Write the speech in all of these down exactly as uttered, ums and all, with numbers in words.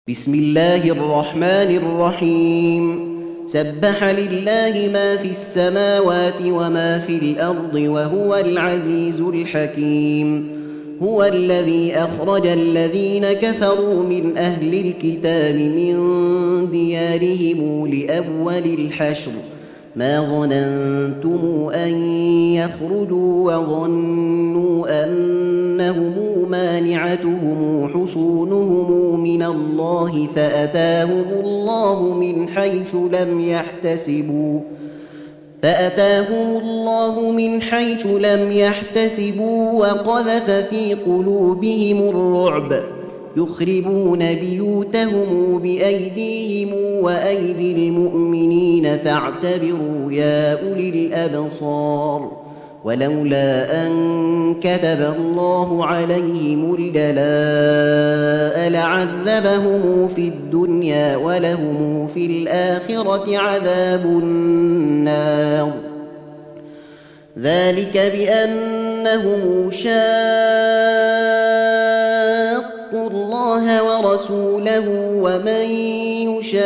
بسم الله الرحمن الرحيم سبح لله ما في السماوات وما في الأرض وهو العزيز الحكيم هو الذي أخرج الذين كفروا من أهل الكتاب من ديارهم لأول الحشر ما ظننتم أن يخرجوا وظنوا أنهم مانعتهم حصونهم من الله فأتاهم الله من حيث لم يحتسبوا فأتاهم الله من حيث لم يحتسبوا وقذف في قلوبهم الرعب يخربون بيوتهم بأيديهم وأيدي المؤمنين فاعتبروا يا أولي الأبصار ولولا أن كتب الله عليهم الجلاء لعذبهم في الدنيا ولهم في الآخرة عذاب النار ذلك بأنهم شاقوا الله ورسوله ومن يشاق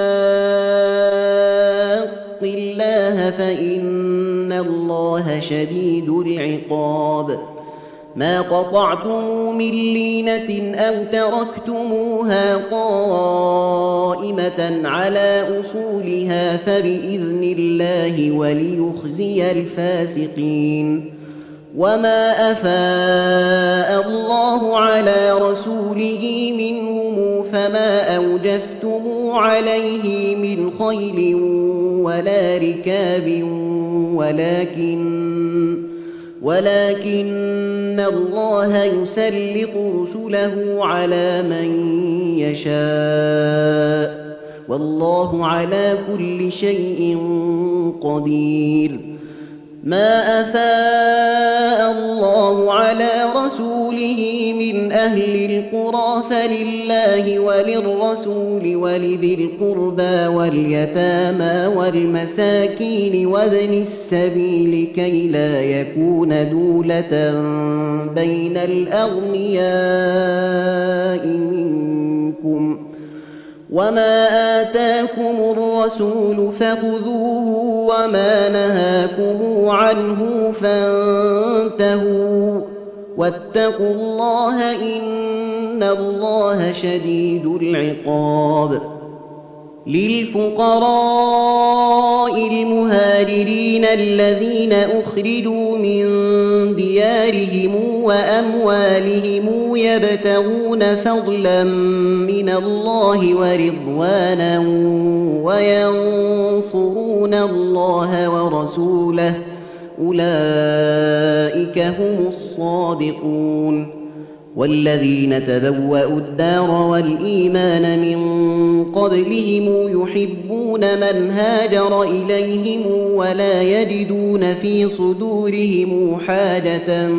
الله فإن الله شديد العقاب ما قطعتم من لينة أو تركتموها قائمة على أصولها فبإذن الله وليخزي الفاسقين وما أفاء الله على رسوله منهم فما أوجفتم عليه من خيل ولا ركاب ولكن ولكن الله يسلط رسله على من يشاء والله على كل شيء قدير ما أفاء الله على رسوله من أهل القرى فلله وللرسول ولذي القربى واليتامى والمساكين وابن السبيل كي لا يكون دولة بين الأغنياء منكم وما آتاكم الرسول فخذوه وما نهاكم عنه فانتهوا واتقوا الله إن الله شديد العقاب للفقراء المهاجرين الذين أخرجوا من ديارهم وأموالهم يبتغون فضلا من الله ورضوانا وينصرون الله ورسوله أولئك هم الصادقون والذين تبوأوا الدار والإيمان من قبلهم يحبون من هاجر إليهم ولا يجدون في صدورهم حاجة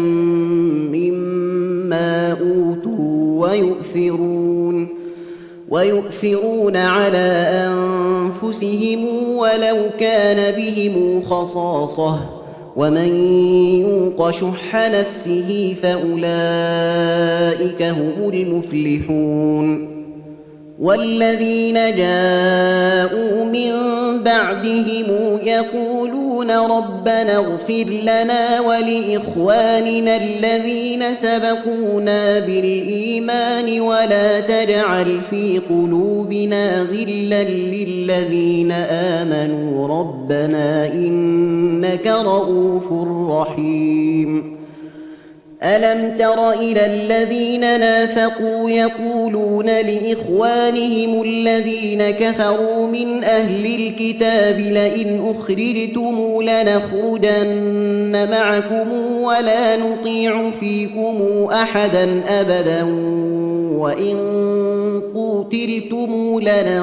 مما أوتوا ويؤثرون ويؤثرون على أنفسهم ولو كان بهم خصاصة ومن يوق شح نفسه فأولئك هم المفلحون والذين جاءوا من بعدهم يقولون ربنا اغفر لنا ولإخواننا الذين سبقونا بالإيمان ولا تجعل في قلوبنا غلا للذين آمنوا ربنا إنك رؤوف رحيم ألم تر إلى الذين نافقوا يقولون لإخوانهم الذين كفروا من أهل الكتاب لئن أخرجتم لنخرجن معكم ولا نطيع فيكم أحدا أبدا وإن قوتلتم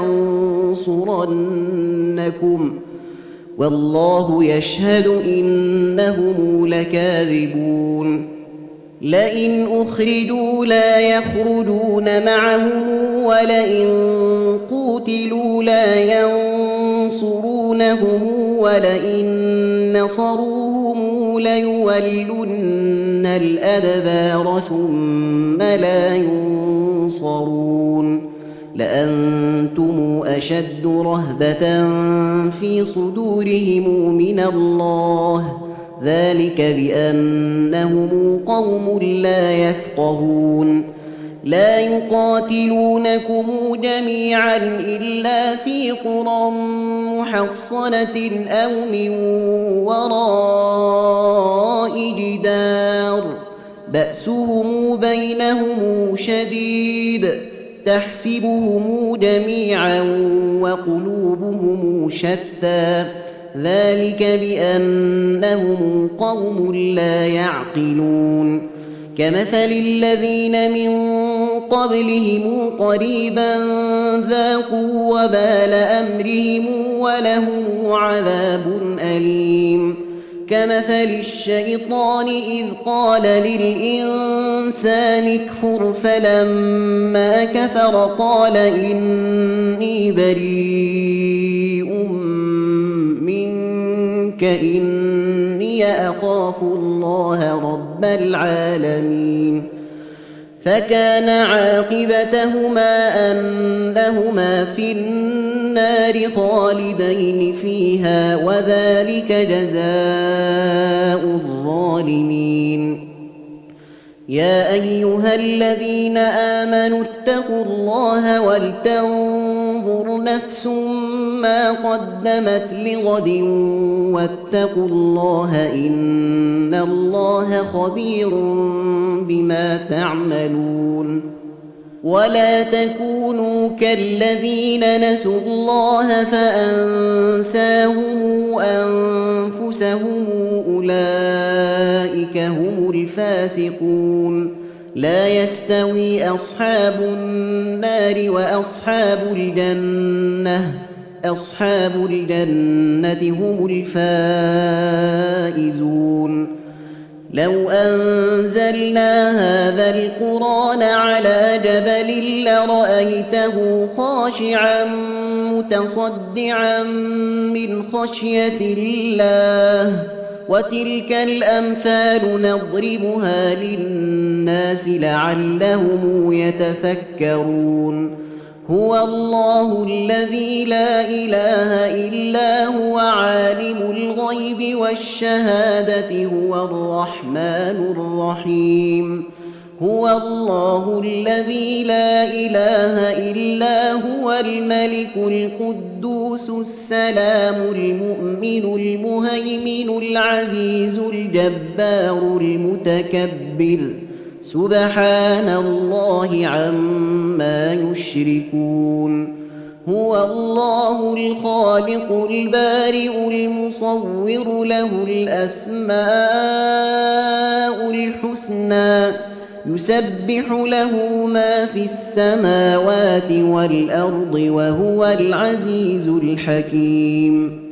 لننصرنكم والله يشهد إنهم لكاذبون لئن أخرجوا لا يخرجون معهم ولئن قوتلوا لا ينصرونهم ولئن نصروهم ليولن الأدبار ثم لا ينصرون لأنتم أشد رهبة في صدورهم من الله، ذلك بأنهم قوم لا يفقهون. لا يقاتلونكم جميعا إلا في قرى محصنة أو من وراء جدار بأسهم بينهم شديد، تحسبهم جميعا وقلوبهم شتى، ذلك بأنهم قوم لا يعقلون. كمثل الذين من قبلهم قريبا ذاقوا وبال أمرهم ولهم عذاب أليم. كمثل الشيطان إذ قال للإنسان اكفر فلما كفر قال إني بريء منك إني أخاف الله رب العالمين. فكان عاقبتهما أنهما في النار خالدين فيها، وذلك جزاء الظالمين. يا أيها الذين آمنوا اتقوا الله ولتنظر نفس ما قدمت لغد واتقوا الله إن الله خبير بما تعملون. ولا تكونوا كالذين نسوا الله فأنساهم أنفسهم أولئك هم الفاسقون. لا يستوي أصحاب النار وأصحاب الجنة أصحاب الجنة هم الفائزون. لو أنزلنا هذا القرآن على جبل لرأيته خاشعا متصدعا من خشية الله. وتلك الأمثال نضربها للناس لعلهم يتفكرون. هو الله الذي لا إله إلا هو عالم الغيب والشهادة هو الرحمن الرحيم. هو الله الذي لا إله إلا هو الملك القدوس السلام المؤمن المهيمن العزيز الجبار المتكبر سبحان الله عما يشركون. هو الله الخالق البارئ المصور له الأسماء الحسنى يسبح له ما في السماوات والأرض وهو العزيز الحكيم.